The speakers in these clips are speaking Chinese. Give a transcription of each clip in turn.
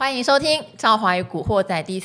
欢迎收听《赵华与古惑仔》第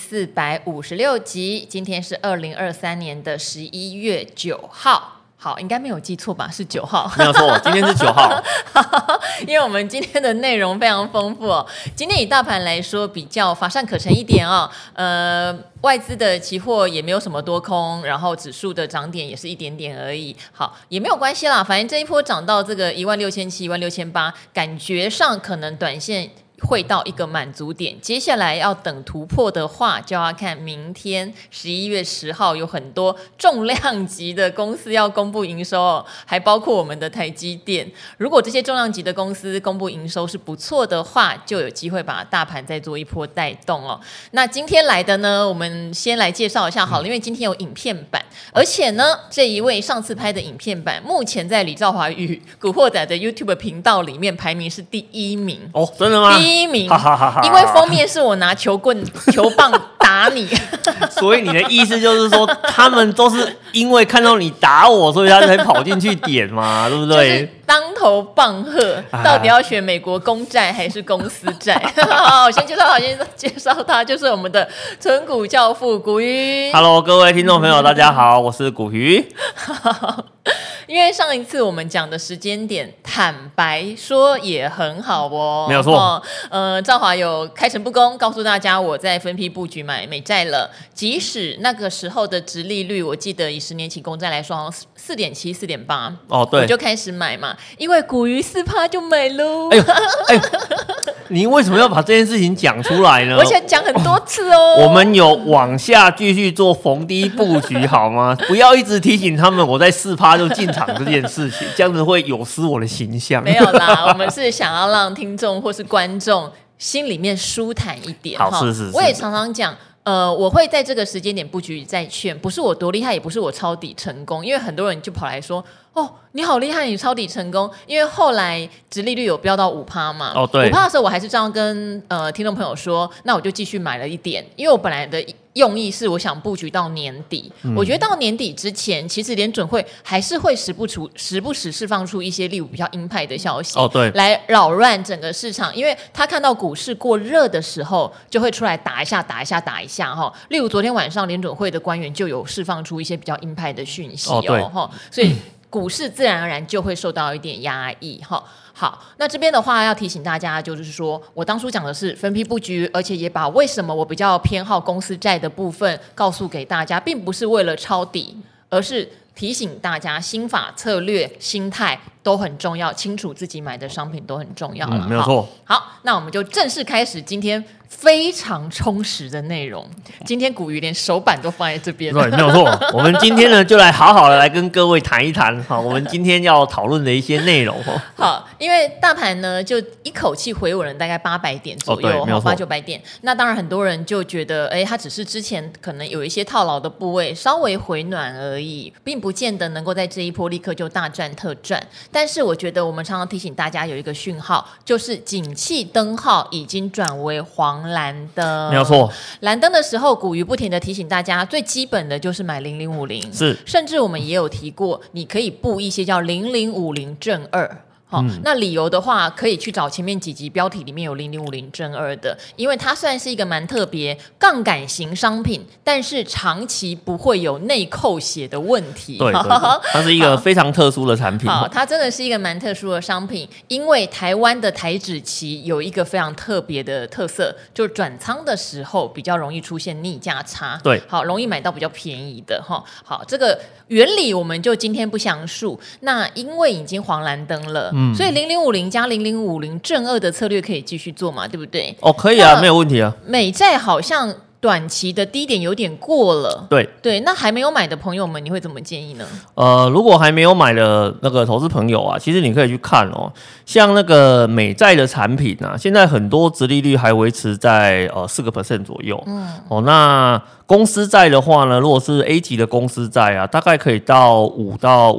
456集。今天是2023年的11月9号。好，应该没有记错吧？是9号， 没有错，今天是9号。 因为我们今天的内容非常丰富哦。今天以大盘来说，比较乏善可陈一点哦。外资的期货也没有什么多空，然后指数的涨点也是一点点而已。好，也没有关系啦，反正这一波涨到这个16700、16800，感觉上可能短线会到一个满足点，接下来要等突破的话，就要看明天11月10号有很多重量级的公司要公布营收哦，还包括我们的台积电。如果这些重量级的公司公布营收是不错的话，就有机会把大盘再做一波带动哦。那今天来的呢，我们先来介绍一下好了，因为今天有影片版，而且呢，这一位上次拍的影片版，目前在李兆华与古惑仔的 YouTube 频道里面排名是第1名哦，真的吗？ 第1名，因为封面是我拿球棒打你， 所以你的意思就是说，他们都是因为看到你打我，所以他才跑进去点嘛，对不对？ 就是当头棒喝，到底要选美国公债还是公司债？好，先介绍他，就是我们的存股教父古鱼。 Hello， 各位听众朋友，大家好，我是古鱼。 因为上一次我们讲的时间点，坦白说也很好哦， 没有错。 兆华有开诚布公告诉大家，我在分批布局买美债了。即使那个时候的殖利率，我记得以10年期公债来说，好像4.7、4.8， 哦，对， 我就开始买嘛，因为古鱼4%就买喽。 哎呦，你为什么要把这件事情讲出来呢？ 我想讲很多次哦。 我们有往下继续做逢低布局好吗？不要一直提醒他们我在4%就进场这件事情，这样子会有失我的形象。 没有啦，我们是想要让听众或是观众心里面舒坦一点。 好，是。 我也常常讲，我会在这个时间点布局债券，不是我多厉害，也不是我抄底成功，因为很多人就跑来说，哦，你好厉害，你抄底成功。因为后来殖利率有飙到5%嘛， 哦对 ，5%的时候我还是这样跟听众朋友说，那我就继续买了一点，因为我本来的用意是我想布局到年底，我觉得到年底之前，其实联准会还是会时不时释放出一些例如比较鹰派的消息， 哦对， 来扰乱整个市场，因为他看到股市过热的时候，就会出来打一下哈。例如昨天晚上联准会的官员就有释放出一些比较鹰派的讯息哦，所以股市自然而然就会受到一点压抑哈。好，那这边的话要提醒大家，就是说我当初讲的是分批布局，而且也把为什么我比较偏好公司债的部分告诉给大家，并不是为了抄底，而是提醒大家心法、策略、心态都很重要，清楚自己买的商品都很重要了。 没有错。 好，那我们就正式开始今天非常充实的内容。今天古鱼连手板都放在这边， 对，没有错。我们今天呢，就来好好的来跟各位谈一谈哈，我们今天要讨论的一些内容哦。 好，因为大盘呢就一口气回稳了大概800点左右，800-900点。那当然很多人就觉得，它只是之前可能有一些套牢的部位稍微回暖而已，并不见得能够在这一波立刻就大赚特赚。但是我觉得我们常常提醒大家有一个讯号，就是景气灯号已经转为黄蓝灯。 没有错， 蓝灯的时候，古鱼不停的提醒大家，最基本的就是买0050， 是， 甚至我们也有提过，你可以布一些叫0050正2。那理由的话，可以去找前面几集标题里面有0050正2的，因为它算是一个蛮特别杠杆型商品，但是长期不会有内扣血的问题。 对，它是一个非常特殊的产品。 好，它真的是一个蛮特殊的商品，因为台湾的台指期有一个非常特别的特色，就是转仓的时候比较容易出现逆价差。 对， 好，容易买到比较便宜的哈。好，这个原理我们就今天不详述。那因为已经黄蓝灯了。所以0050加0050正2的策略可以继续做嘛，对不对？ 哦，可以啊，没有问题啊。 美债好像短期的低点有点过了， 对， 那还没有买的朋友们，你会怎么建议呢？ 如果还没有买的那个投资朋友啊，其实你可以去看哦，像那个美债的产品啊，现在很多殖利率还维持在4% 左右，那公司债的话呢，如果是 A 级的公司债啊，大概可以到5到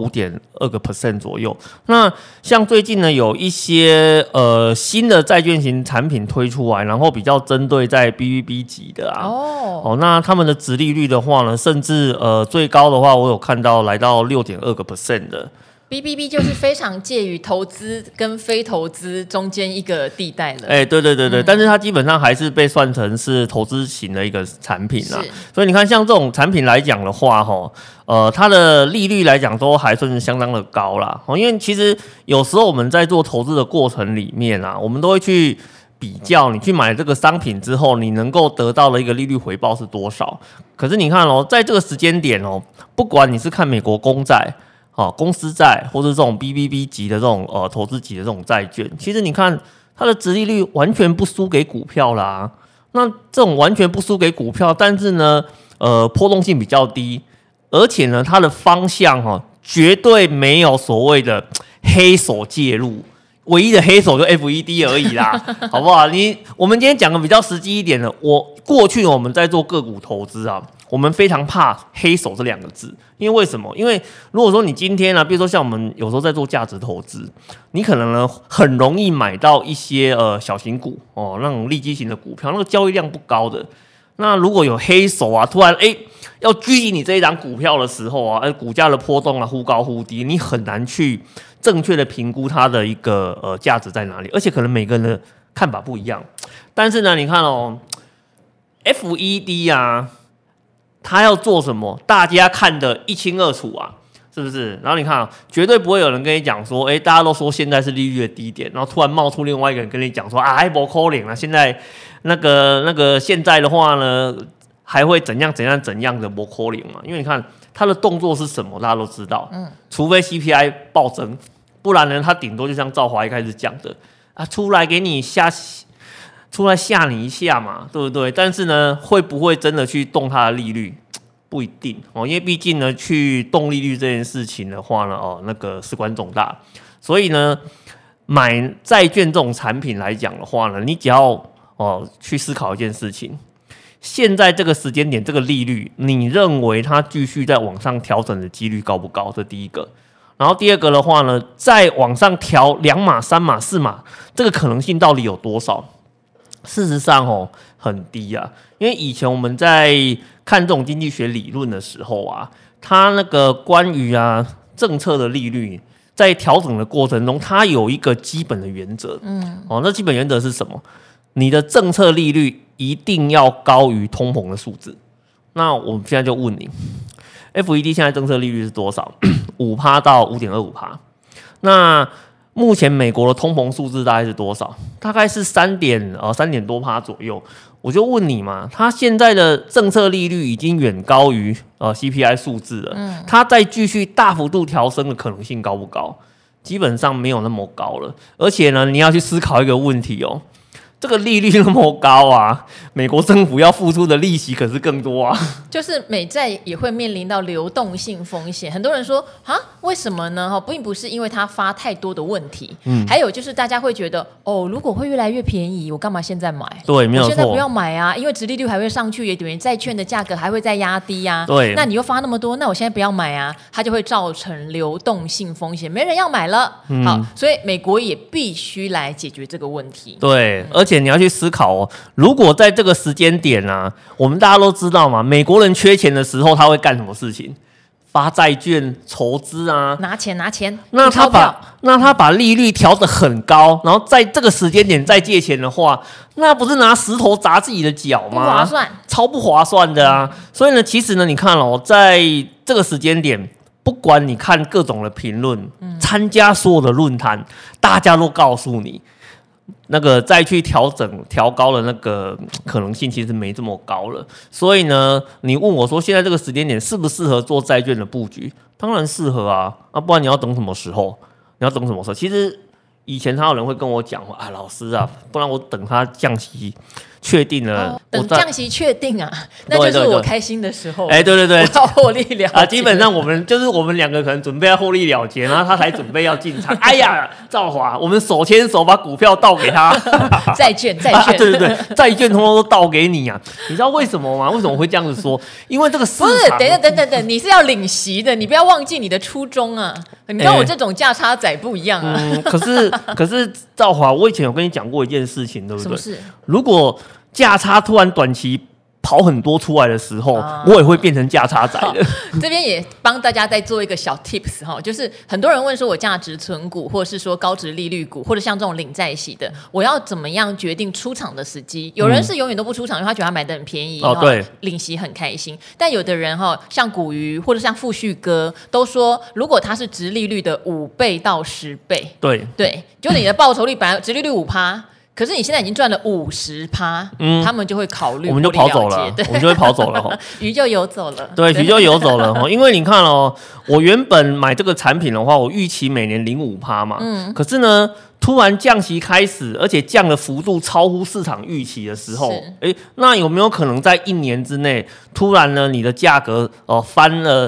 5.2% 左右。那像最近呢，有一些新的债券型产品推出来，然后比较针对在 BBB 级的啊，那他们的殖利率的话呢，甚至最高的话，我有看到来到6.2% 的。 BBB 就是非常介于投资跟非投资中间一个地带了。 对，但是它基本上还是被算成是投资型的一个产品啦。所以你看，像这种产品来讲的话，它的利率来讲都还算是相当的高啦。因为其实有时候我们在做投资的过程里面啊，我们都会去比较你去买这个商品之后，你能够得到的一个利率回报是多少。可是你看在这个时间点不管你是看美国公债、公司债，或是这种 BBB 级的这种投资级的这种债券，其实你看它的殖利率完全不输给股票啦。那这种完全不输给股票，但是呢，波动性比较低，而且呢，它的方向绝对没有所谓的黑手介入。唯一的黑手就 FED 而已啦，好不好？我们今天讲的比较实际一点的，过去我们在做个股投资啊，我们非常怕黑手这两个字，因为为什么？因为如果说你今天比如说像我们有时候在做价值投资，你可能呢很容易买到一些小型股那种利基型的股票，那个交易量不高的。那如果有黑手突然要狙击你这一档股票的时候股价的波动忽高忽低，你很难去正确的评估它的一个价值在哪里，而且可能每个人的看法不一样。但是呢，你看FED 啊，他要做什么，大家看得一清二楚啊，是不是？然后你看绝对不会有人跟你讲说，大家都说现在是利率的低点，然后突然冒出另外一个人跟你讲说还不可能啦，现在那个现在的话呢，还会怎样的不可能嘛？因为你看他的动作是什么，大家都知道，除非 CPI 暴增，不然呢，他顶多就像赵华一开始讲的出来给你出来吓你一下嘛，对不对？但是呢，会不会真的去动它的利率？不一定因为毕竟呢，去动利率这件事情的话呢，那个事关重大，所以呢，买债券这种产品来讲的话呢，你只要去思考一件事情：现在这个时间点，这个利率，你认为它继续在往上调整的几率高不高？这第一个。然后第二个的话呢，再往上调2码、3码、4码，这个可能性到底有多少？事实上很低啊，因为以前我们在看这种经济学理论的时候啊，它那个关于政策的利率在调整的过程中，它有一个基本的原则，那基本原则是什么？你的政策利率一定要高于通膨的数字。那我们现在就问你 ，FED 现在政策利率是多少？5% 到5.25%。那目前美国的通膨数字大概是多少？大概是3点多%左右。我就问你嘛，它现在的政策利率已经远高于CPI 数字了，它再继续大幅度调升的可能性高不高？基本上没有那么高了。而且呢，你要去思考一个问题这个利率那么高啊，美国政府要付出的利息可是更多啊。 就是美债也会面临到流动性风险。很多人说为什么呢？并不是因为它发太多的问题，还有就是大家会觉得如果会越来越便宜，我干嘛现在买？ 对，没有错， 我现在不要买啊，因为殖利率还会上去，也等于债券的价格还会再压低啊。 对， 那你又发那么多，那我现在不要买啊，它就会造成流动性风险，没人要买了。好，所以美国也必须来解决这个问题。 对，而且你要去思考如果在这个时间点我们大家都知道嘛，美国人缺钱的时候他会干什么事情？发债券筹资啊， 拿钱。 那他把利率调得很高，然后在这个时间点再借钱的话，那不是拿石头砸自己的脚吗？ 不划算， 超不划算的啊！所以呢，其实呢，你看在这个时间点，不管你看各种的评论，参加所有的论坛，大家都告诉你，那个再去调高的那个可能性其实没这么高了。所以呢，你问我说现在这个时间点适不适合做债券的布局？当然适合啊，不然你要等什么时候？其实以前还有人会跟我讲老师啊，不然我等他降息确定了， 等降息确定啊，那就是我开心的时候。 对， 我要获利了结基本上我们两个可能准备要获利了结，然后他才准备要进场。哎呀，赵华，我们手牵手把股票倒给他， 债券， 对，债券通通都倒给你啊！你知道为什么吗？为什么我会这样子说？因为这个市场不是，等，你是要领息的，你不要忘记你的初衷啊！你跟我这种价差仔不一样啊。 可是赵华，我以前有跟你讲过一件事情，对不对？ 什么事？ 如果价差突然短期跑很多出来的时候，我也会变成价差仔的。 这边也帮大家再做一个小 tips 哈，就是很多人问说我价值存股，或者是说高值利率股，或者像这种领债息的，我要怎么样决定出场的时机？有人是永远都不出场，因为他觉得他买的很便宜， 对， 领息很开心。但有的人哈，像股鱼或者像富旭哥，都说如果他是殖利率的5倍到10倍，对，就你的报酬率本来殖利率5%。可是你现在已经赚了50%，他们就会考虑， 我们就跑走了，我们就会跑走了， 鱼就游走了， 对，鱼就游走了，因为你看我原本买这个产品的话，我预期每年领5%嘛，可是呢，突然降息开始，而且降的幅度超乎市场预期的时候，那有没有可能在1年之内，突然呢，你的价格翻了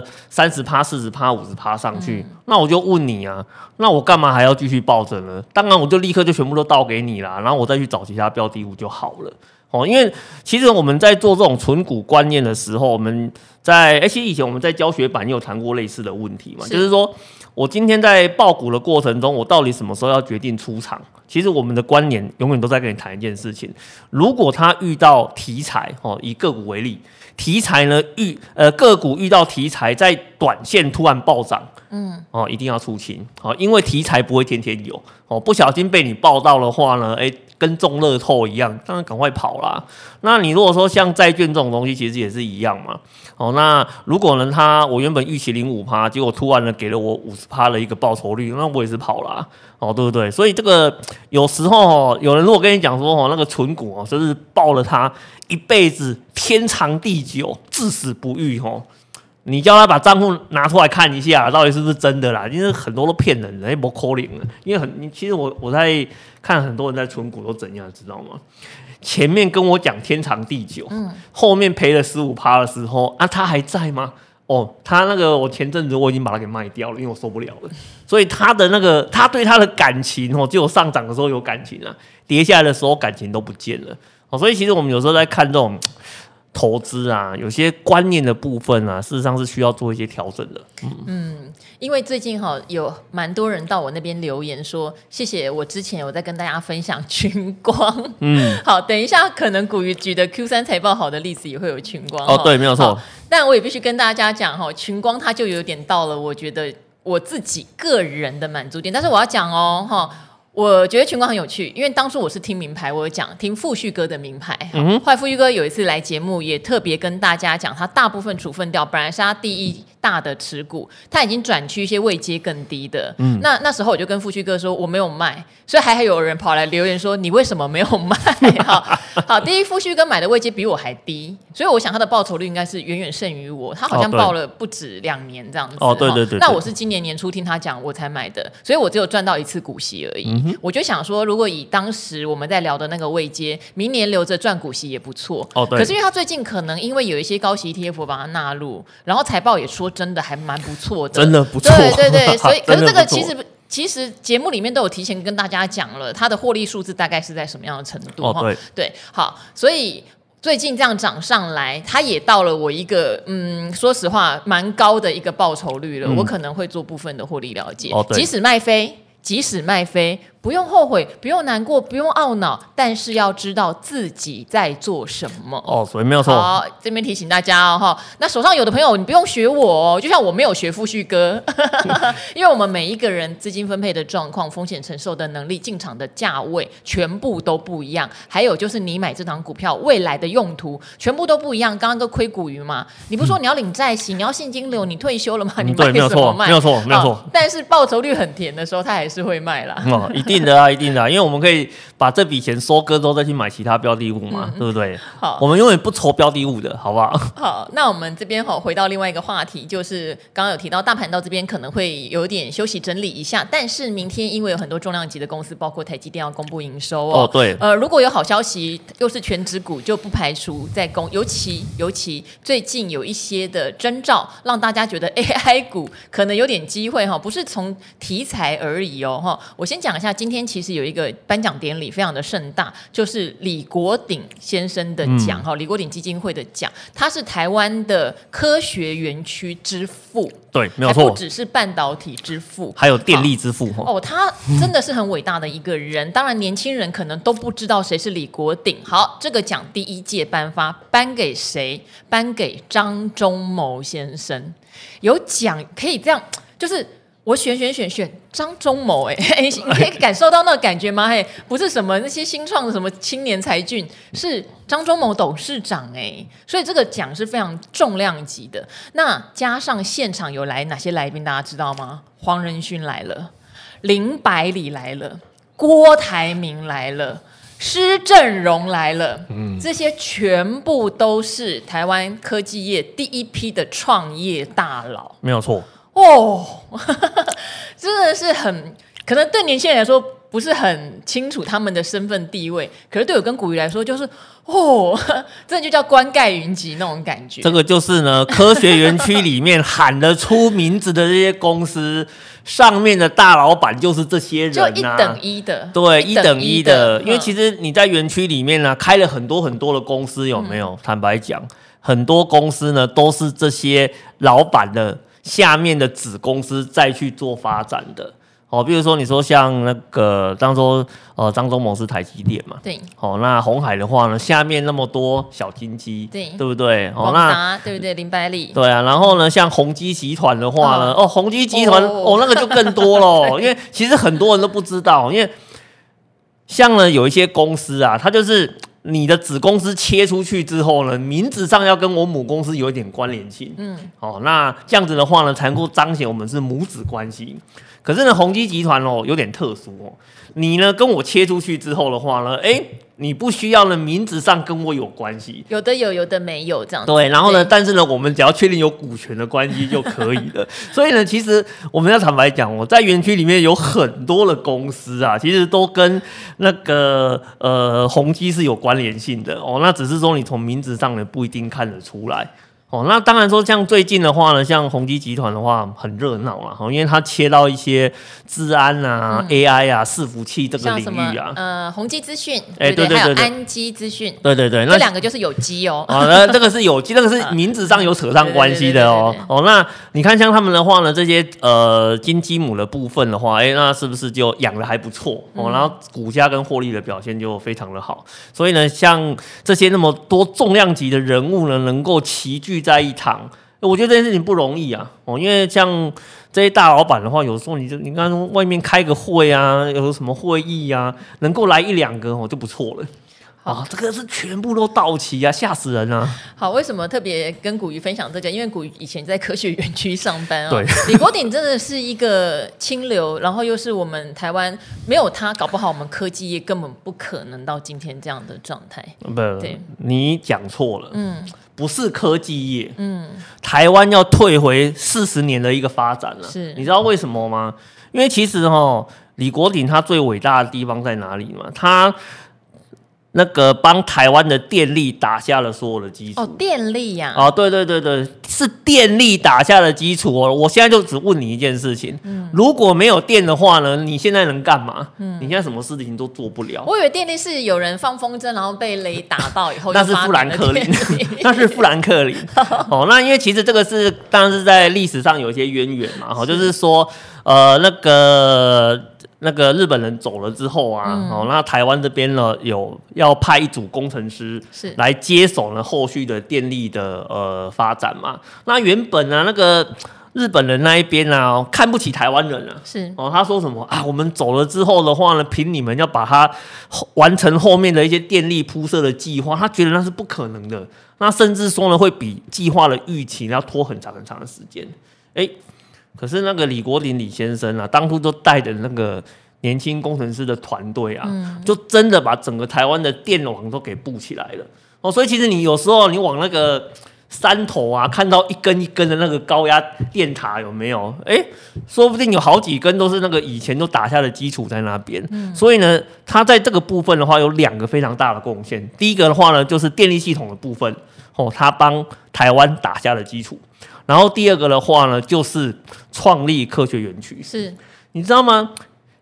30%、40%、50%上去？那我就问你啊，那我干嘛还要继续抱着呢？当然，我就立刻就全部都倒给你啦，然后我再去找其他标的物就好了。因为其实我们在做这种存股观念的时候，我们其实以前我们在教学版也有谈过类似的问题嘛，就是说我今天在抱股的过程中，我到底什么时候要决定出场？其实我们的观念永远都在跟你谈一件事情：如果他遇到题材，以个股为例，题材呢个股遇到题材在短线突然暴涨，一定要出清，因为题材不会天天有，不小心被你报到的话呢，跟中乐透一样，当然赶快跑啦。那你如果说像债券这种东西，其实也是一样嘛。那如果呢，我原本预期领5%，结果突然呢给了我50%的一个报酬率，那我也是跑啦，对不对？所以这个有时候有人如果跟你讲说那个存股就是抱了它一辈子天长地久，至死不渝你叫他把账户拿出来看一下，到底是不是真的啦？因为很多都骗人的，不可能的。因为其实我在看很多人在存股都怎样，知道吗？前面跟我讲天长地久，后面赔了15%的时候他还在吗？他那个我前阵子我已经把它给卖掉了，因为我受不了了。所以他对他的感情只有上涨的时候有感情啊，跌下来的时候感情都不见了。所以其实我们有时候在看这种投资啊，有些观念的部分啊，事实上是需要做一些调整的。 因为最近有蛮多人到我那边留言说，谢谢我之前有在跟大家分享群光。好，等一下可能股鱼举的 Q3 财报好的例子也会有群光。 对，没有错。 但我也必须跟大家讲群光它就有点到了我觉得我自己个人的满足点，但是我要讲我觉得群光很有趣，因为当初我是听名牌，我有讲听富旭哥的名牌。后来富旭哥有一次来节目，也特别跟大家讲，他大部分处分掉，本来是他第一大的持股，他已经转去一些位阶更低的。那时候我就跟富旭哥说我没有卖，所以还有人跑来留言说你为什么没有卖？好，第一富旭哥买的位阶比我还低，所以我想他的报酬率应该是远远胜于我，他好像报了不止2年这样子。 对。 那我是今年年初听他讲我才买的，所以我只有赚到1次股息而已。我就想说，如果以当时我们在聊的那个位阶，明年留着赚股息也不错。可是因为他最近可能因为有一些高息 ETF 把它纳入，然后财报也说真的还蛮不错的， 真的不错。 对，所以可是这个其实节目里面都有提前跟大家讲了，它的获利数字大概是在什么样的程度。对，好，所以最近这样涨上来，它也到了我一个说实话蛮高的一个报酬率了，我可能会做部分的获利了结，即使卖飞，不用后悔，不用难过，不用懊恼，但是要知道自己在做什么。 所以没有错。 好，这边提醒大家那手上有的朋友你不用学我就像我没有学富旭哥，因为我们每一个人资金分配的状况、风险承受的能力、进场的价位全部都不一样，还有就是你买这档股票未来的用途全部都不一样。刚刚都亏股鱼嘛，你不是说你要领债息，你要现金流，你退休了吗？你卖什么卖？ 没有错。 但是报酬率很甜的时候，他还是会卖啦。 一定的啊，因为我们可以把这笔钱收割之后再去买其他标的物嘛，对不对？好，我们永远不愁标的物的，好不好？ 好，那我们这边回到另外一个话题，就是刚刚有提到大盘到这边可能会有点休息整理一下，但是明天因为有很多重量级的公司，包括台积电要公布营收对， 如果有好消息，又是全指股，就不排除在尤其最近有一些的征兆，让大家觉得 AI 股可能有点机会不是从题材而已我先讲一下今今天其实有一个颁奖典礼，非常的盛大，就是李国鼎先生的奖，李国鼎基金会的奖，他是台湾的科学园区之父， 对，没有错， 不只是半导体之父， 还有电力之父他真的是很伟大的一个人。当然，年轻人可能都不知道谁是李国鼎。好，这个奖第一届颁发，颁给谁？颁给张忠谋先生。有奖可以这样，就是我选张忠谋，你可以感受到那个感觉吗？不是什么那些新创的什么青年才俊，是张忠谋董事长所以这个奖是非常重量级的。那加上现场有来哪些来宾，大家知道吗？黄仁勋来了，林百里来了，郭台铭来了，施正荣来了，这些全部都是台湾科技业第一批的创业大佬， 没有错真的是可能对年轻人来说不是很清楚他们的身份地位，可是对我跟古鱼来说就是真的就叫冠盖云集那种感觉。 这个就是呢，科学园区里面喊得出名字的这些公司上面的大老板就是这些人就一等一的， 对，一等一的。因为其实你在园区里面呢，开了很多很多的公司，有没有？坦白讲，很多公司呢都是这些老板的下面的子公司再去做发展的。比如说你说像那个当初张忠谋是台积电嘛， 对， 那鸿海的话呢，下面那么多小金鸡， 对不对？ 广达对不对？林百里， 对啊，然后呢，像宏基集团的话呢，宏基集团那个就更多了，因为其实很多人都不知道，因为像呢有一些公司啊，它就是你的子公司切出去之后呢，名字上要跟我母公司有一点关联性，那这样子的话呢，才能够彰显我们是母子关系。可是呢，宏基集团有点特殊你呢跟我切出去之后的话呢，你不需要呢名字上跟我有关系， 有的有，有的没有这样子。 对，然后呢，但是呢，我们只要确定有股权的关系就可以了。所以呢，其实我们要坦白讲在园区里面有很多的公司啊，其实都跟那个宏基是有关联性的那只是说你从名字上呢不一定看得出来。那当然说像最近的话呢，像宏基集团的话很热闹啦，因为它切到一些治安啊、AI 啊、伺服器这个领域啊， 宏基资讯， 对， 还有安基资讯， 对， 这两个就是有机那这个是有机，那个是名字上有扯上关系的那你看像他们的话呢，这些金鸡母的部分的话，那是不是就养得还不错然后股价跟获利的表现就非常的好，所以呢，像这些那么多重量级的人物呢，能够齐聚在一堂，我觉得这件事情不容易啊因为像这些大老板的话，有时候你看说外面开个会啊，有什么会议啊，能够来一两个就不错了。这个是全部都到齐啊，吓死人啊！ 好，为什么特别跟古鱼分享这个？因为古鱼以前在科学园区上班对， 李国鼎真的是一个清流，然后又是我们台湾没有他，搞不好我们科技业根本不可能到今天这样的状态。 对，你讲错了，不是科技业，台湾要退回40年的一个发展了。 是， 你知道为什么吗？因为其实李国鼎他最伟大的地方在哪里吗？他那个帮台湾的电力打下了所有的基础电力呀对，是电力打下了基础我现在就只问你一件事情，如果没有电的话呢，你现在能干嘛？你现在什么事情都做不了。 我以为电力是有人放风筝，然后被雷打到以后那是富兰克林，那是富兰克林那因为其实这个是当然是在历史上有一些渊源嘛就是说那个日本人走了之后啊，那台湾这边呢要派一组工程师来接手呢后续的电力的发展嘛。那原本呢那个日本人那一边啊看不起台湾人是他说什么我们走了之后的话呢，凭你们要把它完成后面的一些电力铺设的计划，他觉得那是不可能的。那甚至说呢会比计划的预期要拖很长很长的时间。可是那个李国鼎李先生啊，当初都带着那个年轻工程师的团队啊，就真的把整个台湾的电网都给布起来了所以其实你有时候你往那个山头啊，看到一根一根的那个高压电塔有没有？说不定有好几根都是那个以前都打下的基础在那边。所以呢，他在这个部分的话有2个非常大的贡献。第一个的话呢，就是电力系统的部分他帮台湾打下了基础。然后第二个的话呢，就是创立科学园区。 是， 你知道吗？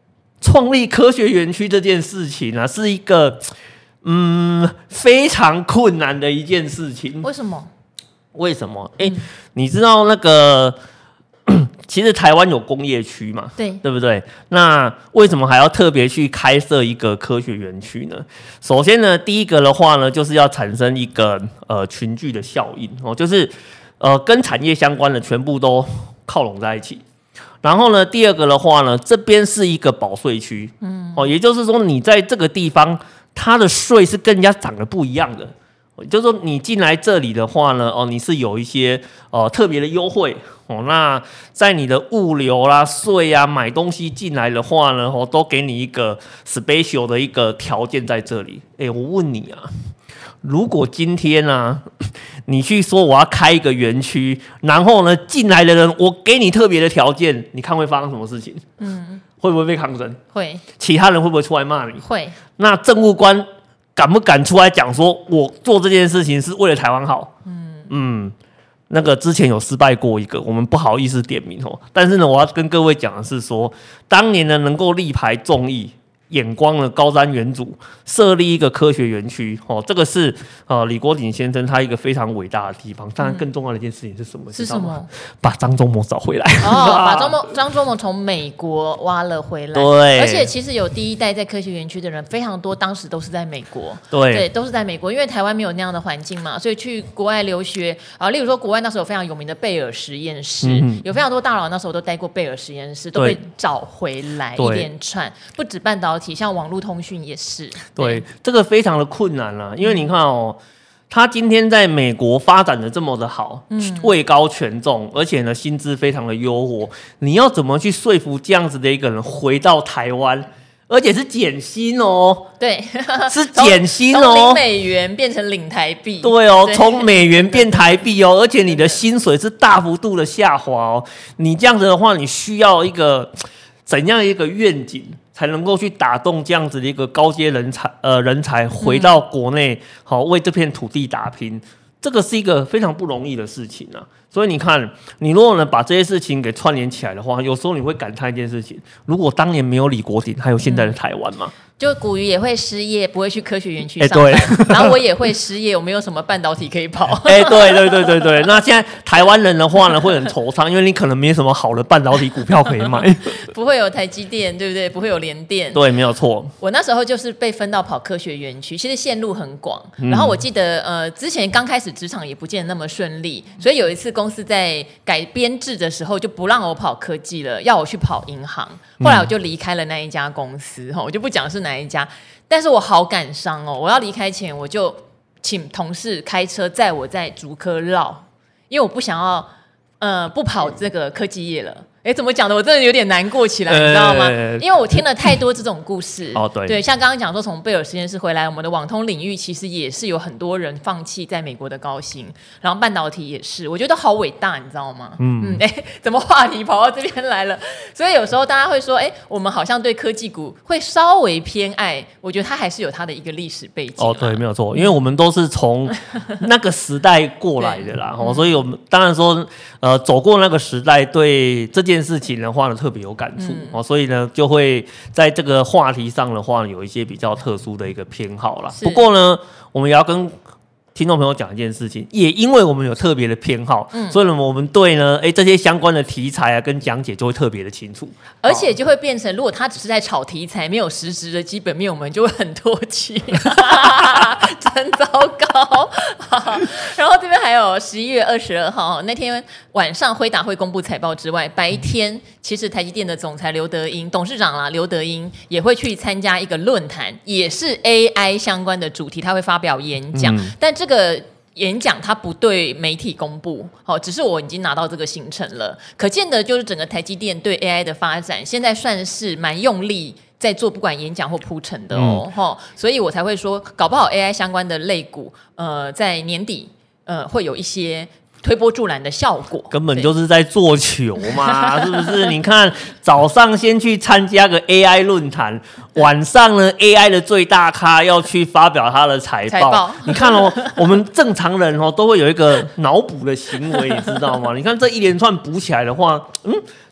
创立科学园区这件事情啊，是一个非常困难的一件事情。 为什么？ 你知道那个其实台湾有工业区嘛，对不对？那为什么还要特别去开设一个科学园区呢？首先呢，第一个的话呢，就是要产生一个群聚的效应哦，就是跟产业相关的全部都靠拢在一起。然后呢，第二个的话呢，这边是一个保税区，也就是说你在这个地方，它的税是跟人家长得不一样的。就是说，你进来这里的话呢，你是有一些特别的优惠哦。那在你的物流啦、税啊、买东西进来的话呢，都给你一个 special 的一个条件在这里。我问你啊，如果今天啊，你去说我要开一个园区，然后呢，进来的人我给你特别的条件，你看会发生什么事情？会不会被抗争？ 会。 其他人会不会出来骂你？ 会。 那政务官敢不敢出来讲说，我做这件事情是为了台湾好？那个之前有失败过一个，我们不好意思点名哦。但是呢，我要跟各位讲的是说，当年呢能够力排众议，眼光的高瞻远瞩，设立一个科学园区这个是李国鼎先生他一个非常伟大的地方。当然，更重要的一件事情是什么？ 是什么？ 把张忠谋找回来。 把张忠谋从美国挖了回来。 对， 而且其实有第一代在科学园区的人非常多，当时都是在美国。 对， 都是在美国，因为台湾没有那样的环境嘛，所以去国外留学例如说国外那时候有非常有名的贝尔实验室，有非常多大佬那时候都待过贝尔实验室，都被找回来一连串，不止半导体，像网络通讯也是。 对，这个非常的困难啦，因为你看他今天在美国发展的这么的好，位高权重，而且呢薪资非常的优渥，你要怎么去说服这样子的一个人回到台湾？而且是减薪哦， 对， 是减薪哦， 从领美元变成领台币， 对哦，从美元变台币哦，而且你的薪水是大幅度的下滑哦。你这样子的话，你需要一个怎样一个愿景，才能够去打动这样子的一个高阶人才回到国内，为这片土地打拼？这个是一个非常不容易的事情啊。所以你看，你如果能把这些事情给串联起来的话，有时候你会感叹一件事情：如果当年没有李国鼎，还有现在的台湾吗？ 就古鱼也会失业，不会去科学园区上班，然后我也会失业，我没有什么半导体可以跑。 对。那现在台湾人的话呢，会很惆怅，因为你可能没什么好的半导体股票可以买， 不会有台积电，对不对？不会有联电， 对，没有错。 我那时候就是被分到跑科学园区，其实线路很广，然后我记得之前刚开始职场也不见得那么顺利，所以有一次公司在改编制的时候就不让我跑科技了，要我去跑银行。后来我就离开了那一家公司，我就不讲是哪一家，但是我好感伤哦！我要离开前，我就请同事开车载我在竹科绕，因为我不想要不跑这个科技业了。怎么讲的？我真的有点难过起来，你知道吗？因为我听了太多这种故事。对，像刚刚讲说从贝尔实验室回来，我们的网通领域其实也是有很多人放弃在美国的高薪，然后半导体也是，我觉得好伟大，你知道吗？怎么话题跑到这边来了？所以有时候大家会说，我们好像对科技股会稍微偏爱，我觉得它还是有它的一个历史背景。 对，没有错，因为我们都是从那个时代过来的啦，所以我们当然说，走过那个时代，对这件事情的话呢，特别有感触所以呢，就会在这个话题上的话，有一些比较特殊的一个偏好啦。不过呢，我们也要跟听众朋友讲一件事情，也因为我们有特别的偏好，所以呢，我们对呢，这些相关的题材啊跟讲解就会特别的清楚， 而且就会变成，如果他只是在炒题材，没有实质的基本面，我们就会很唾弃，真糟糕。然后这边还有11月22号那天晚上，辉达会公布财报之外，白天其实台积电的总裁刘德英董事长啦，刘德英也会去参加一个论坛，也是 AI 相关的主题，他会发表演讲，但这个演讲它不对媒体公布，只是我已经拿到这个行程了，可见的就是整个台积电对 AI 的发展，现在算是蛮用力在做，不管演讲或铺陈的所以我才会说，搞不好 AI 相关的类股，在年底会有一些推波助澜的效果， 根本就是在做球嘛，是不是？你看早上先去参加个 AI 论坛，晚上呢 AI 的最大咖要去发表他的财报。你看我们正常人都会有一个脑补的行为，你知道吗？你看这一连串补起来的话，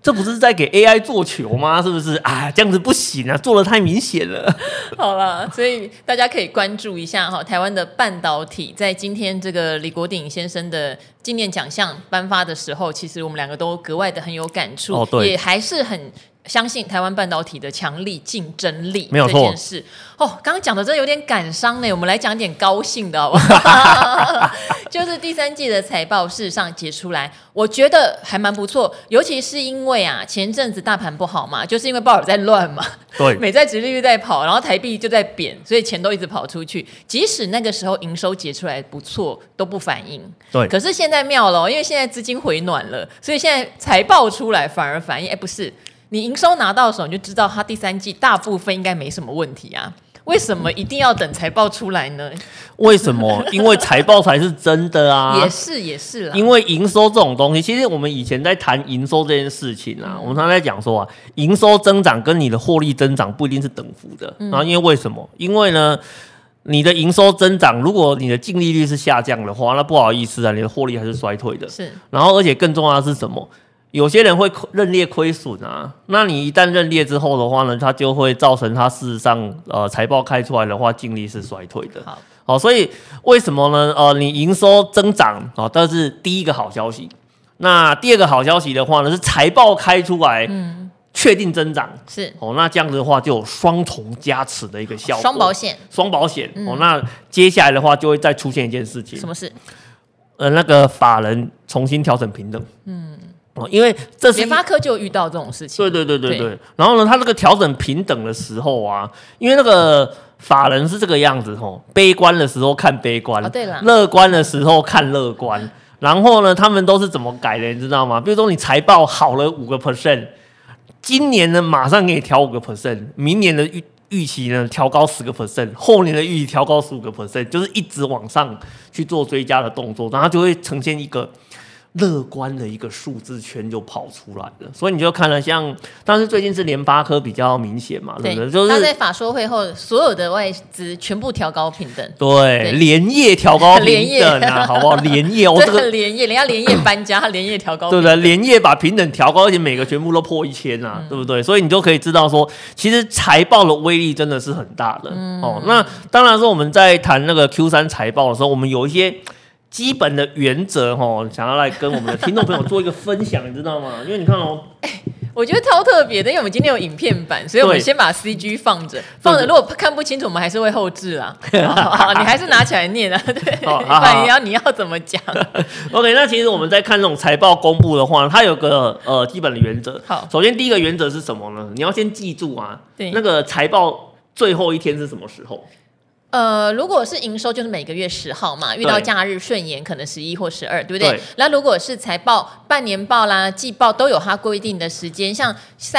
这不是在给 AI 做球吗？是不是啊？这样子不行啊，做得太明显了。 好了，所以大家可以关注一下台湾的半导体，在今天这个李国鼎先生的纪念奖项颁发的时候，其实我们两个都格外的很有感触，也还是很相信台湾半导体的强力竞争力这件事。刚刚讲的真的有点感伤呢，我们来讲点高兴的好不好？就是第三季的财报事实上结出来，我觉得还蛮不错，尤其是因为前阵子大盘不好嘛，就是因为鲍尔在乱嘛， 对， 美债殖利率在跑，然后台币就在贬，所以钱都一直跑出去。即使那个时候营收结出来不错，都不反应。 对， 可是现在妙了，因为现在资金回暖了，所以现在财报出来反而反应，不是你营收拿到手，你就知道它第三季大部分应该没什么问题啊。为什么一定要等财报出来呢？ 为什么？因为财报才是真的啊！ 也是啦。 因为营收这种东西，其实我们以前在谈营收这件事情我们常常在讲说营收增长跟你的获利增长不一定是等幅的。然后因为什么？因为呢，你的营收增长，如果你的净利率是下降的话，那不好意思你的获利还是衰退的。 是。 然后而且更重要的是什么？有些人会认列亏损那你一旦认列之后的话呢，它就会造成它事实上财报开出来的话，净利是衰退的。好，所以为什么呢？你营收增长这是第一个好消息。那第二个好消息的话呢，是财报开出来，确定增长是那这样子的话就有双重加持的一个效果，双保险那接下来的话就会再出现一件事情， 什么事？ 那个法人重新调整平等。因为这是联发科就遇到这种事情， 对。然后呢，他这个调整平等的时候因为那个法人是这个样子悲观的时候看悲观， 对啦， 乐观的时候看乐观。然后呢，他们都是怎么改的，你知道吗？比如说你财报好了5%，今年呢马上给你调5%，明年的预期呢调高10%，后年的预期调高15%，就是一直往上去做追加的动作，然后它就会呈现一个乐观的一个数字圈就跑出来了。所以你就看了像，但是最近是联发科比较明显嘛，对不对？就是他在法说会后，所有的外资全部调高平等， 对，连夜调高平等好不好？连夜这个连夜，人家连夜搬家，他连夜调高平等， 对不对？连夜把平等调高，而且每个全部都破1000对不对？所以你就可以知道说，其实财报的威力真的是很大的那当然说我们在谈那个 Q3 财报的时候，我们有一些基本的原则想要来跟我们的听众朋友做一个分享，你知道吗？因为你看我觉得超特别的，因为我们今天有影片版，所以我们先把 CG 放着，如果看不清楚，我们还是会后置啦。好，你还是拿起来念对，不然你要怎么讲 ？OK， 那其实我们在看这种财报公布的话，它有个基本的原则。 好， 首先第一个原则是什么呢？你要先记住那个财报最后一天是什么时候？ 如果是营收，就是每个月10号嘛，遇到假日顺延可能11或12，对不对？那如果是财报、半年报啦、季报都有它规定的时间，像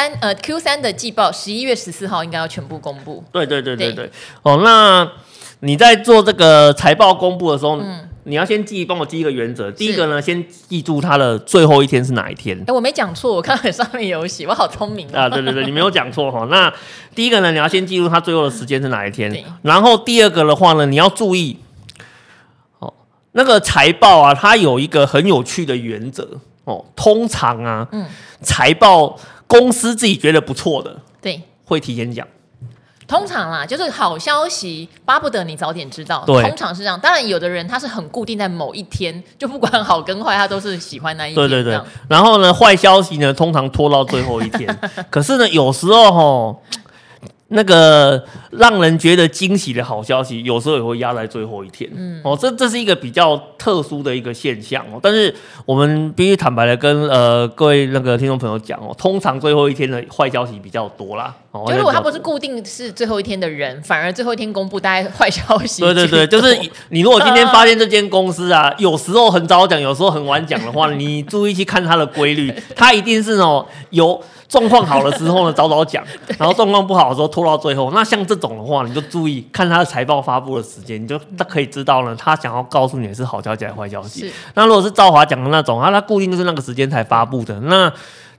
Q3 的季报11月14号应该要全部公布。对。 那你在做这个财报公布的时候，你要先帮我记一个原则。第一个呢，先记住它的最后一天是哪一天。 我没讲错，我看到上面有写，我好聪明对，你没有讲错那第一个呢，你要先记住它最后的时间是哪一天。然后第二个的话呢，你要注意那个财报它有一个很有趣的原则通常财报公司自己觉得不错的， 对， 会提前讲。 通常啦，就是好消息巴不得你早点知道，通常是这样。当然，有的人他是很固定在某一天，就不管好跟坏，他都是喜欢那一天。对。 然后呢，坏消息呢，通常拖到最后一天。可是呢，有时候那个让人觉得惊喜的好消息，有时候也会压在最后一天。这是一个比较特殊的一个现象但是我们必须坦白的跟各位那个听众朋友讲通常最后一天的坏消息比较多啦。 就如果他不是固定是最后一天的人，反而最后一天公布大概坏消息。 对，就是你如果今天发现这间公司有时候很早讲，有时候很晚讲的话，你注意去看它的规律，它一定是有状况好的时候呢早早讲，然后状况不好的时候拖到最后。那像这种的话，你就注意看它的财报发布的时间，你就可以知道呢，他想要告诉你的是好消息还是坏消息。那如果是兆华讲的那种他固定就是那个时间才发布的，那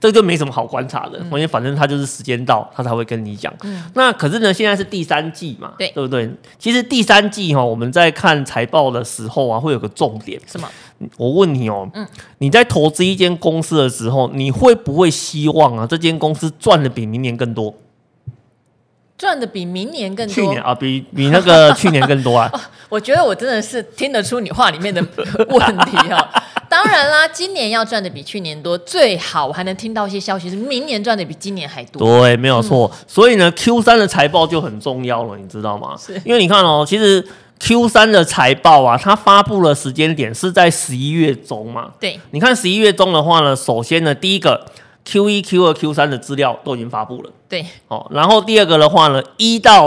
这就没什么好观察的，因为反正它就是时间到，它才会跟你讲。那可是呢，现在是第三季嘛，对不对？其实第三季我们在看财报的时候啊，会有个重点。 什么？ 我问你你在投资一间公司的时候，你会不会希望啊，这间公司赚的比明年更多？ 赚的比明年更多？ 去年啊，比那个去年更多啊。 我觉得我真的是听得出你话里面的问题当然啦，今年要赚的比去年多，最好我还能听到一些消息是明年赚的比今年还多。 对，没有错。所以呢 ，Q3 的财报就很重要了，你知道吗？因为你看其实 Q3 的财报啊，它发布的时间点是在11月中嘛。 对， 你看11月中的话呢，首先呢，第一个 Q1、Q2、Q3 的资料都已经发布了。 对， 然后第二个的话呢，1到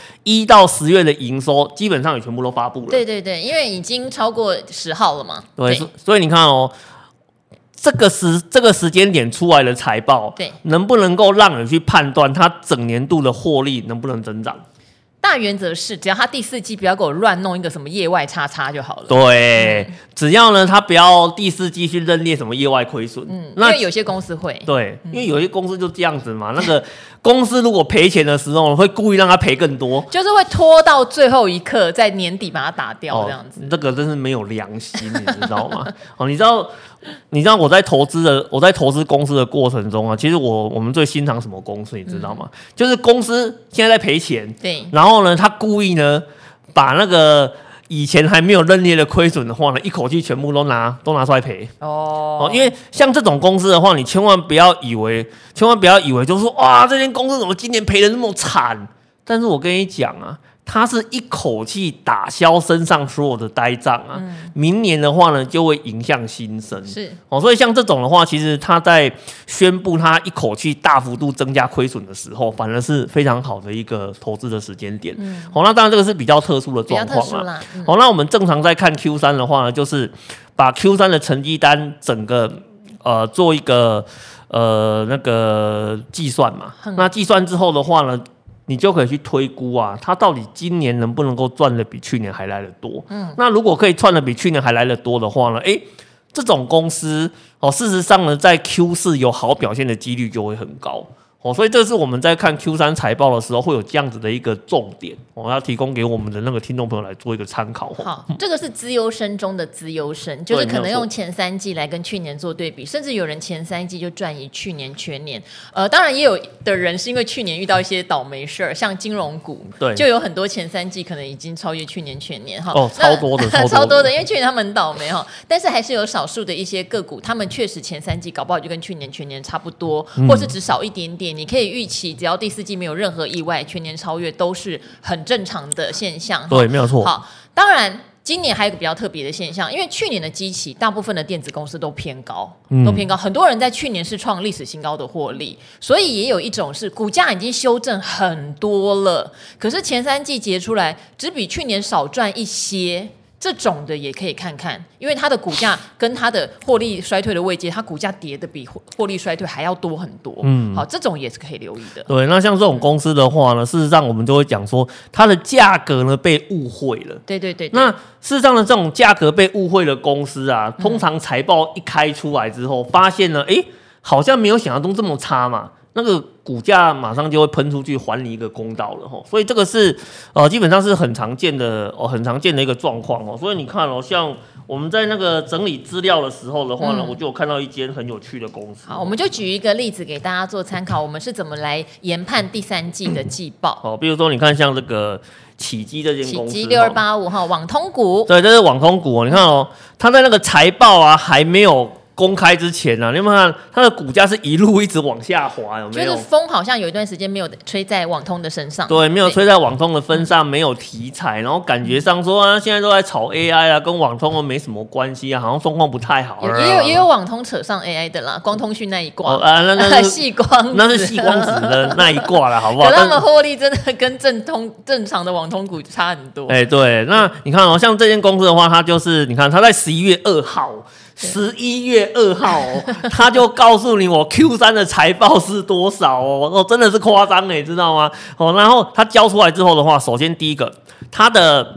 10月的营收基本上也全部都发布了。 对对对，因为已经超过10号了嘛。 对，所以你看这个时间点出来的财报， 对， 能不能够让人去判断它整年度的获利能不能增长？ 大原则是，只要他第4季不要给我乱弄一个什么业外叉叉就好了。 对，只要呢他不要第4季去认列什么业外亏损。 因为有些公司会。 对，因为有些公司就这样子嘛。那个公司如果赔钱的时候，会故意让他赔更多， 就是会拖到最后一刻，在年底把它打掉这样子。 这个真是没有良心，你知道吗？你知道我在投资公司的过程中啊，其实我们最欣赏什么公司，你知道吗？就是公司现在在赔钱， 对， 然后呢，他故意呢把那个以前还没有认列的亏损的话呢，一口气全部都拿出来赔。因为像这种公司的话，你千万不要以为就是说哇，这间公司怎么今年赔得那么惨？但是我跟你讲啊。他是一口气打消身上所有的呆账啊，明年的话呢就会迎向新生。 是所以像这种的话，其实他在宣布他一口气大幅度增加亏损的时候，反而是非常好的一个投资的时间点。那当然这个是比较特殊的状况啦。那我们正常在看 Q3 的话呢，就是把 Q3 的成绩单整个做一个那个计算嘛。那计算之后的话呢，你就可以去推估啊，它到底今年能不能够赚的比去年还来得多？那如果可以赚的比去年还来得多的话呢，这种公司事实上呢，在 Q4 有好表现的几率就会很高。所以这是我们在看 Q3 财报的时候会有这样子的一个重点，我要提供给我们的那个听众朋友来做一个参考。 好，这个是资优生中的资优生，就是可能用前3季来跟去年做对比，甚至有人前3季就赚赢去年全年。当然也有的人是因为去年遇到一些倒霉事儿，像金融股，对，就有很多前3季可能已经超越去年全年超多的， 超多的，因为去年他们很倒霉但是还是有少数的一些个股，他们确实前3季搞不好就跟去年全年差不多，或是只少一点点。你可以预期，只要第4季没有任何意外，全年超越都是很正常的现象。 对，没有错。 好，当然今年还有一个比较特别的现象，因为去年的基期，大部分的电子公司都偏高，很多人在去年是创历史新高的获利，所以也有一种是股价已经修正很多了，可是前3季结出来只比去年少赚一些。这种的也可以看看，因为它的股价跟它的获利衰退的位阶，它股价跌的比获利衰退还要多很多。好，这种也是可以留意的。 对，那像这种公司的话呢，事实上我们就会讲说，它的价格呢被误会了。 对。 那事实上呢，这种价格被误会的公司啊，通常财报一开出来之后，发现呢，好像没有想象中这么差嘛。那个股价马上就会喷出去，还你一个公道了哈，所以这个是基本上是很常见的一个状况哦。所以你看像我们在那个整理资料的时候的话呢，我就有看到一间很有趣的公司。 好，我们就举一个例子给大家做参考，我们是怎么来研判第3季的季报。 比如说你看像这个启基这间公司， 启基6285网通股， 对，这是网通股你看它在那个财报啊还没有公开之前啊，你有没有看它的股价是一路一直往下滑？有没有？ 就是风好像有一段时间没有吹在网通的身上， 对，没有吹在网通的身上，没有题材，然后感觉上说啊，现在都在炒 AI 啊，跟网通都没什么关系啊，好像状况不太好。 也有网通扯上 AI 的啦，光通讯那一挂那细光， 那是细光子的那一挂了，好不好？ 可他们获利真的跟正常的网通股差很多。 对，那你看像这间公司的话，它就是你看它在11月2号。11月2号他就告诉你我 Q3 的财报是多少真的是夸张知道吗？然后他交出来之后的话，首先第一个，他的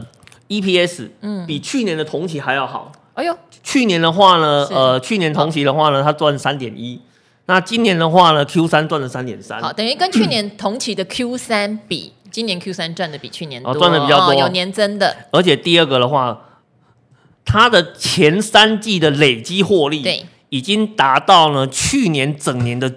EPS 比去年的同期还要好。哎呦，去年的话呢，去年同期的话呢，他赚3.1， 那今年的话呢 ，Q3 赚了3.3， 好，等于跟去年同期的 Q3 比，今年 Q3 赚的比去年多， 赚的比较多， 有年增的。 而且第二个的话，它的前3季的累积获利， 对， 已经达到了去年整年的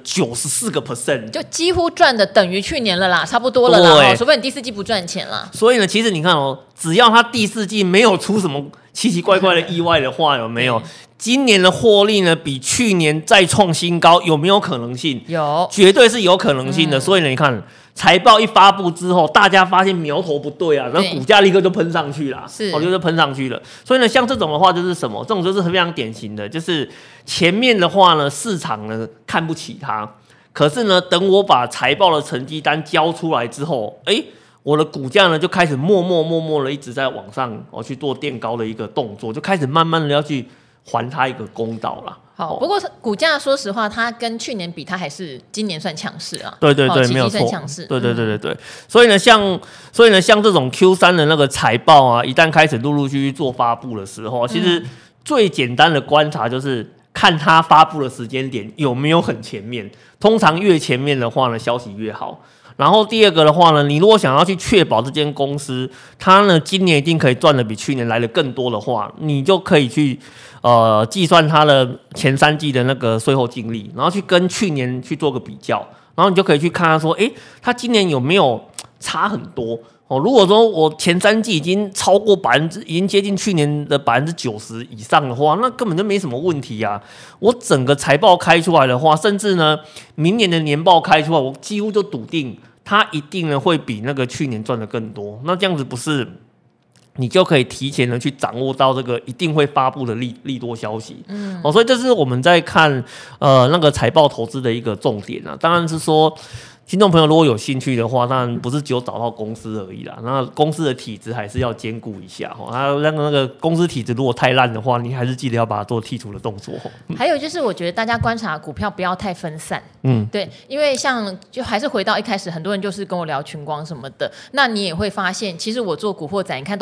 94%， 就几乎赚的等于去年了啦，差不多了啦，除非你第4季不赚钱啦。 所以呢，其实你看哦，只要它第4季没有出什么奇奇怪怪的意外的话，有没有？今年的获利呢，比去年再创新高，有没有可能性？ 有， 绝对是有可能性的。所以呢，你看财报一发布之后，大家发现苗头不对啊，然后股价立刻就喷上去了，就是喷上去了。所以呢，像这种的话就是什么？这种就是非常典型的，就是前面的话呢，市场呢看不起它，可是呢，等我把财报的成绩单交出来之后，我的股价呢就开始默默的一直在往上去做垫高的一个动作，就开始慢慢的要去还它一个公道啦。 好，不过股价说实话，它跟去年比，它还是今年算强势啊。 对，没有错，对。所以呢，像这种 Q3 的那个财报啊，一旦开始陆续做发布的时候，其实最简单的观察就是看它发布的时间点有没有很前面，通常越前面的话呢，消息越好。然后第二个的话呢，你如果想要去确保这间公司它呢今年一定可以赚的比去年来的更多的话，你就可以去计算它的前3季的那个税后净利，然后去跟去年去做个比较，然后你就可以去看它说，它今年有没有差很多。如果说我前3季已经超过已经接近去年的90%以上的话，那根本就没什么问题啊。我整个财报开出来的话，甚至呢明年的年报开出来，我几乎就笃定它一定呢会比那个去年赚的更多。那这样子不是你就可以提前的去掌握到这个一定会发布的利多消息。所以这是我们在看那个财报投资的一个重点啊。当然是说，听众朋友如果有兴趣的话，当然不是只有找到公司而已啦，那公司的体质还是要兼顾一下。那个公司体质如果太烂的话，你还是记得要把它做剔除的动作。 还有就是，我觉得大家观察股票不要太分散。对，因为就还是回到一开始，很多人就是跟我聊群光什么的，那你也会发现，其实我做古惑仔，你看都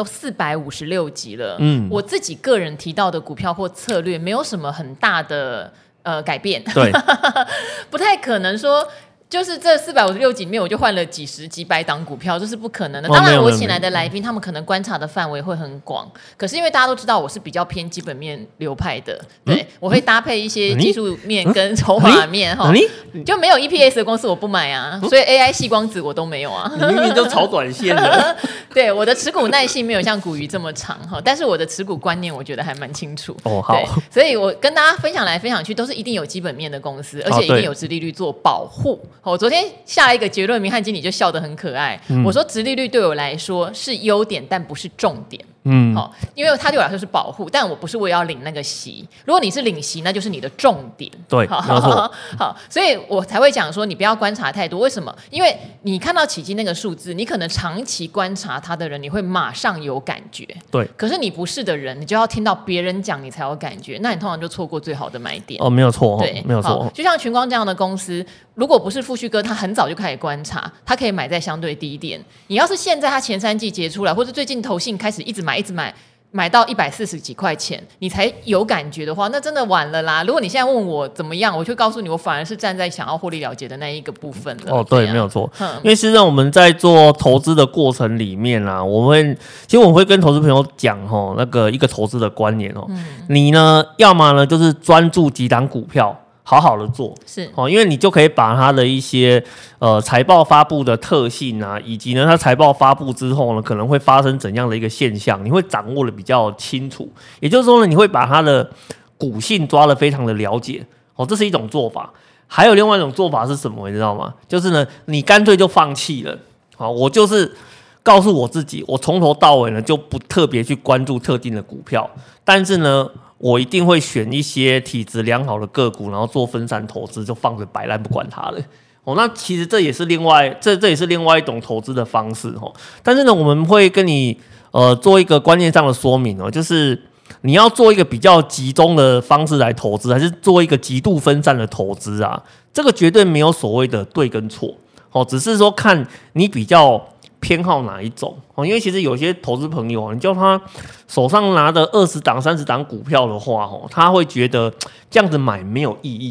456集了，我自己个人提到的股票或策略没有什么很大的改变， 对， 不太可能说。就是这456集里面，我就换了几十几百档股票，这是不可能的。当然，我请来的来宾，他们可能观察的范围会很广，可是因为大家都知道我是比较偏基本面流派的，对，我会搭配一些技术面跟筹码面哈，就没有 EPS 的公司我不买啊，所以 AI 矽光子我都没有啊。 你明明就炒短线的。 对，我的持股耐性没有像股鱼这么长哈，但是我的持股观念我觉得还蛮清楚。 好， 所以我跟大家分享来分享去，都是一定有基本面的公司，而且一定有殖利率做保护。我昨天下了一个结论，明翰经理就笑得很可爱。我说殖利率对我来说是优点，但不是重点。因为它对我来说是保护，但我不是为了要领那个息。如果你是领息，那就是你的重点。 对，没错。 好，所以我才会讲说，你不要观察太多。为什么？因为你看到起基那个数字，你可能长期观察它的人，你会马上有感觉。 对。 可是你不是的人，你就要听到别人讲，你才有感觉。那你通常就错过最好的买点。 没有错。 对， 没有错。 就像群光这样的公司，如果不是富旭哥，他很早就开始观察，他可以买在相对低点。你要是现在他前3季结出来，或者最近投信开始一直买到140几块钱，你才有感觉的话，那真的晚了啦。如果你现在问我怎么样，我就告诉你，我反而是站在想要获利了结的那一个部分了。 对，没有错。因为实际上我们在做投资的过程里面啊，我们会跟投资朋友讲那个一个投资的观念你呢，要么呢就是专注几档股票。好好的做是因为你就可以把它的一些财报发布的特性啊，以及呢它财报发布之后呢可能会发生怎样的一个现象，你会掌握的比较清楚。也就是说呢，你会把它的股性抓得非常的了解这是一种做法。还有另外一种做法是什么，你知道吗？就是呢，你干脆就放弃了我就是告诉我自己，我从头到尾呢就不特别去关注特定的股票，但是呢我一定会选一些体质良好的个股，然后做分散投资，就放着摆烂不管它了。那其实这也是另外一种投资的方式但是呢，我们会跟你做一个观念上的说明就是你要做一个比较集中的方式来投资，还是做一个极度分散的投资啊？这个绝对没有所谓的对跟错只是说看你比较偏好哪一种因为其实有些投资朋友你叫他手上拿的20档30档股票的话他会觉得这样子买没有意义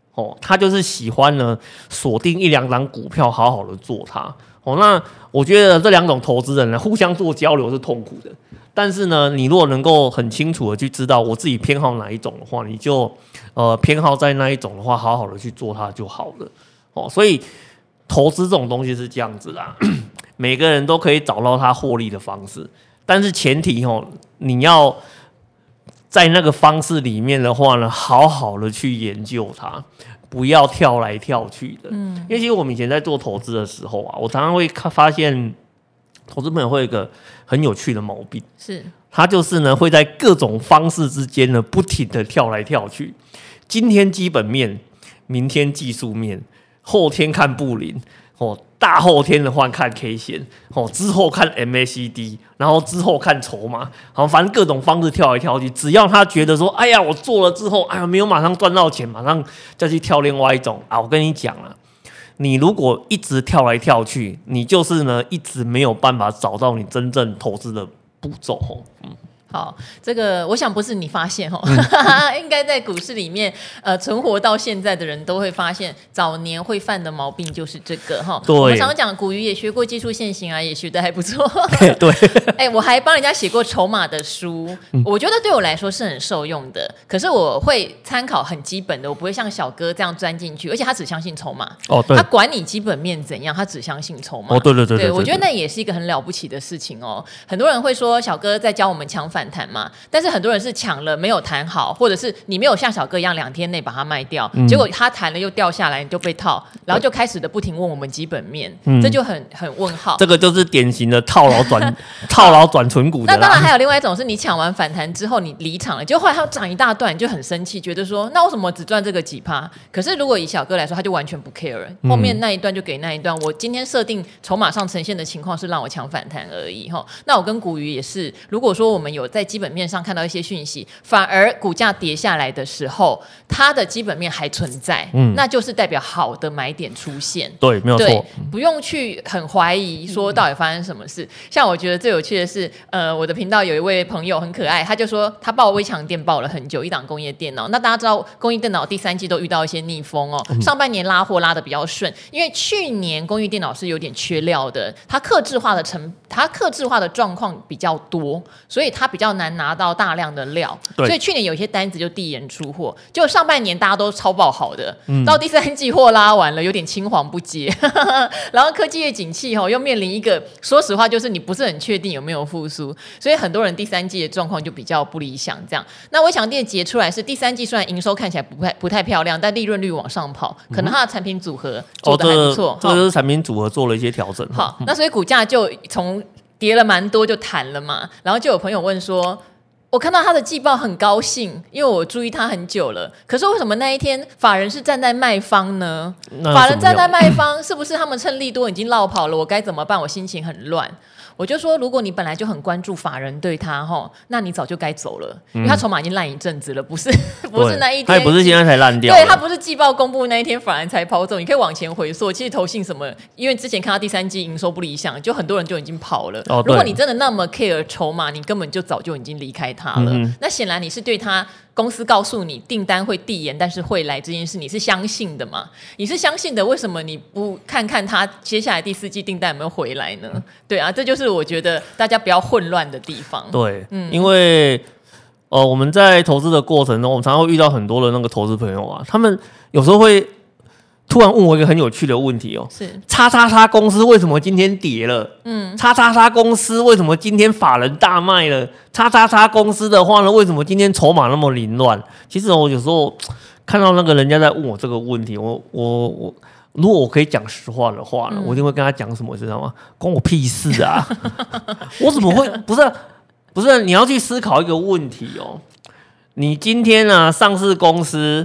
他就是喜欢呢锁定一两档股票，好好的做它。那我觉得这两种投资人呢，互相做交流是痛苦的。但是呢，你如果能够很清楚的去知道我自己偏好哪一种的话，你就偏好在那一种的话，好好的去做它就好了。所以投资这种东西是这样子啦，每个人都可以找到他获利的方式，但是前提你要在那个方式里面的话呢，好好的去研究它，不要跳来跳去的。因为其实我们以前在做投资的时候啊，我常常会发现投资朋友会有一个很有趣的毛病， 是他就是呢会在各种方式之间呢不停的跳来跳去，今天基本面，明天技术面，后天看布林。大后天的话看 K 线，之后看 MACD， 然后之后看筹码，反正各种方式跳来跳去，只要他觉得说，哎呀，我做了之后，哎呀，没有马上赚到钱，马上再去跳另外一种啊。我跟你讲啊，你如果一直跳来跳去，你就是呢一直没有办法找到你真正投资的步骤。 好，这个我想不是你发现应该在股市里面存活到现在的人都会发现，早年会犯的毛病就是这个对， 我们常常讲股鱼也学过技术线型啊，也学得还不错。 对， 我还帮人家写过筹码的书，我觉得对我来说是很受用的。可是我会参考很基本的，我不会像小哥这样钻进去，而且他只相信筹码。 对， 他管你基本面怎样，他只相信筹码。 对， 我觉得那也是一个很了不起的事情哦。很多人会说小哥在教我们抢反弹嘛，但是很多人是抢了没有弹好，或者是你没有像小哥一样2天内把它卖掉，结果他弹了又掉下来，你就被套，然后就开始的不停问我们基本面，这就很问号。 这个就是典型的套牢转存股的啦。 那当然还有另外一种是你抢完反弹之后你离场了，结果后来它涨一大段，你就很生气，觉得说那为什么只赚这个几%？可是如果以小哥来说，他就完全不 care， 后面那一段就给那一段，我今天设定筹码上呈现的情况是让我抢反弹而已。那我跟股鱼也是，如果说我们有在基本面上看到一些讯息，反而股价跌下来的时候，它的基本面还存在，那就是代表好的买点出现。 对，没有错， 不用去很怀疑说到底发生什么事。像我觉得最有趣的是，我的频道有一位朋友很可爱，他就说他报微强电报了很久，一档工业电脑。那大家知道工业电脑第3季都遇到一些逆风哦，上半年拉货拉得比较顺，因为去年工业电脑是有点缺料的，它客制化的状况比较多，所以它比较难拿到大量的料，所以去年有些单子就递延出货，结果上半年大家都超爆好的，到第3季货拉完了，有点青黄不接，然后科技业景气又面临一个，说实话就是你不是很确定有没有复苏，所以很多人第3季的状况就比较不理想。这样，那微强电结出来是第3季虽然营收看起来不太漂亮，但利润率往上跑，可能它的产品组合做得还不错， 这就是产品组合做了一些调整。 好，那所以股价就从跌了蛮多就弹了嘛，然后就有朋友问说，我看到他的季报很高兴，因为我注意他很久了，可是为什么那一天法人是站在卖方呢？法人站在卖方，是不是他们趁利多已经落跑了？我该怎么办？我心情很乱。我就说，如果你本来就很关注法人对他那你早就该走了，因为他筹码已经烂一阵子了，不是那一天， 他也不是现在才烂掉， 对，他不是季报公布那一天法人才抛售，你可以往前回溯，其实投信什么，因为之前看到第3季营收不理想，就很多人就已经跑了。如果你真的那么 care 筹码，你根本就早就已经离开他了。那显然你是对他公司告诉你订单会递延，但是会来这件事，你是相信的嘛？你是相信的，为什么你不看看他接下来第4季订单有没有回来呢？对啊，这就是我觉得大家不要混乱的地方。 对，因为我们在投资的过程中，我们常常会遇到很多的那个投资朋友啊，他们有时候会突然问我一个很有趣的问题哦，是叉叉叉公司为什么今天跌了？叉叉叉公司为什么今天法人大卖了？叉叉叉公司的话呢，为什么今天筹码那么凌乱？其实我有时候看到那个人家在问我这个问题，我如果我可以讲实话的话呢，我一定会跟他讲什么，知道吗？关我屁事啊！我怎么会不是？你要去思考一个问题哦。你今天啊，上市公司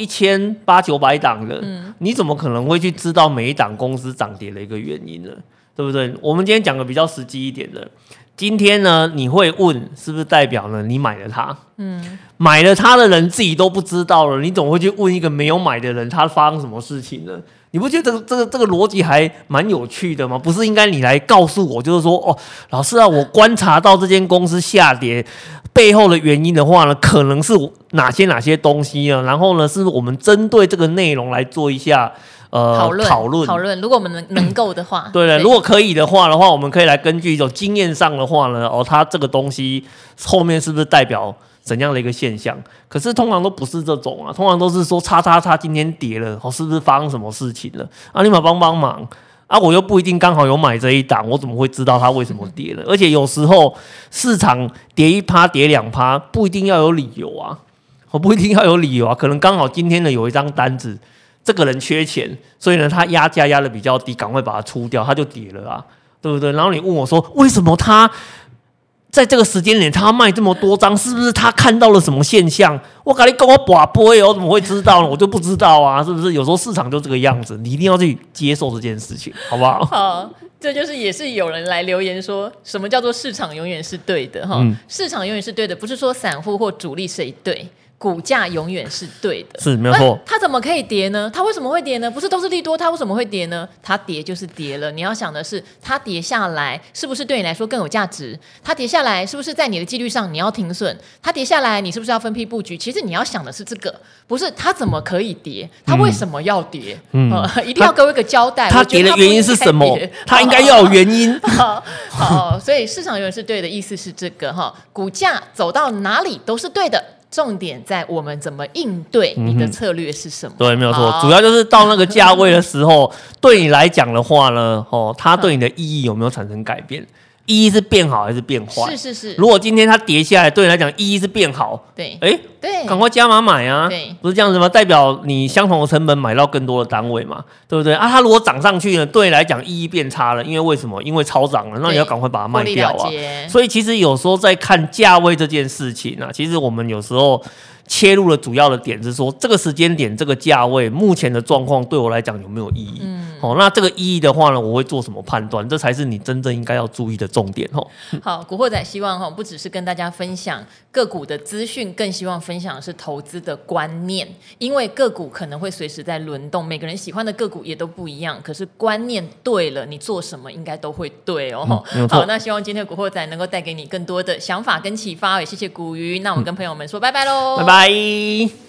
1800-900档的，你怎么可能会去知道每一档公司涨跌的一个原因呢？对不对？我们今天讲个比较实际一点的，今天呢，你会问是不是代表呢你买了它？买了它的人自己都不知道了，你怎么会去问一个没有买的人他发生什么事情呢？ 你不觉得这个逻辑还蛮有趣的吗？不是应该你来告诉我，就是说哦，老师啊，我观察到这间公司下跌背后的原因的话呢，可能是哪些东西呢？然后呢，是我们针对这个内容来做一下讨论。 如果我们能够的话， 对，如果可以的话，我们可以来根据一种经验上的话呢，它这个东西后面是不是代表怎样的一个现象？可是通常都不是这种啊，通常都是说叉今天跌了，是不是发生什么事情了？啊，你们帮忙啊，我又不一定刚好有买这一档，我怎么会知道它为什么跌了？而且有时候市场跌1%、跌2%，不一定要有理由啊，可能刚好今天呢有一张单子，这个人缺钱，所以呢他压价压的比较低，赶快把它出掉，它就跌了啊，对不对？然后你问我说，为什么他在这个时间点他卖这么多张，是不是他看到了什么现象？我跟你讲，我拔杯，我怎么会知道呢？我就不知道啊，是不是？有时候市场就这个样子，你一定要去接受这件事情，好不好？ 好，这就是也是有人来留言说，什么叫做市场永远是对的哈？市场永远是对的，不是说散户或主力谁对。股价永远是对的， 是没有错。 它怎么可以跌呢？它为什么会跌呢？不是都是利多，它为什么会跌呢？它跌就是跌了。你要想的是，它跌下来是不是对你来说更有价值？它跌下来是不是在你的纪律上你要停损？它跌下来你是不是要分批布局？其实你要想的是这个，不是它怎么可以跌，它为什么要跌？一定要给我一个交代。 它跌的原因是什么？它应该要有原因。 好，所以市场永远是对的，意思是这个哈，股价走到哪里都是对的。重点在我们怎么应对，你的策略是什么？ 对，没有错，主要就是到那个价位的时候，对你来讲的话呢，它对你的意义有没有产生改变？意义是变好还是变坏？ 是。 如果今天它跌下来，对你来讲意义是变好，对，赶快加码买啊！对，不是这样子吗？代表你相同的成本买到更多的单位嘛，对不对啊？它如果涨上去呢，对你来讲意义变差了，因为为什么？因为超涨了，那你要赶快把它卖掉啊！所以其实有时候在看价位这件事情啊，其实我们有时候切入的主要的点是说，这个时间点、这个价位、目前的状况对我来讲有没有意义？那这个意义的话呢，我会做什么判断？这才是你真正应该要注意的重点哦。 好，古惑仔希望不只是跟大家分享个股的资讯，更希望分享的是投资的观念，因为个股可能会随时在轮动，每个人喜欢的个股也都不一样，可是观念对了，你做什么应该都会对哦。好，那希望今天的古惑仔能够带给你更多的想法跟启发，也谢谢古鱼，那我们跟朋友们说拜拜喽， 拜拜。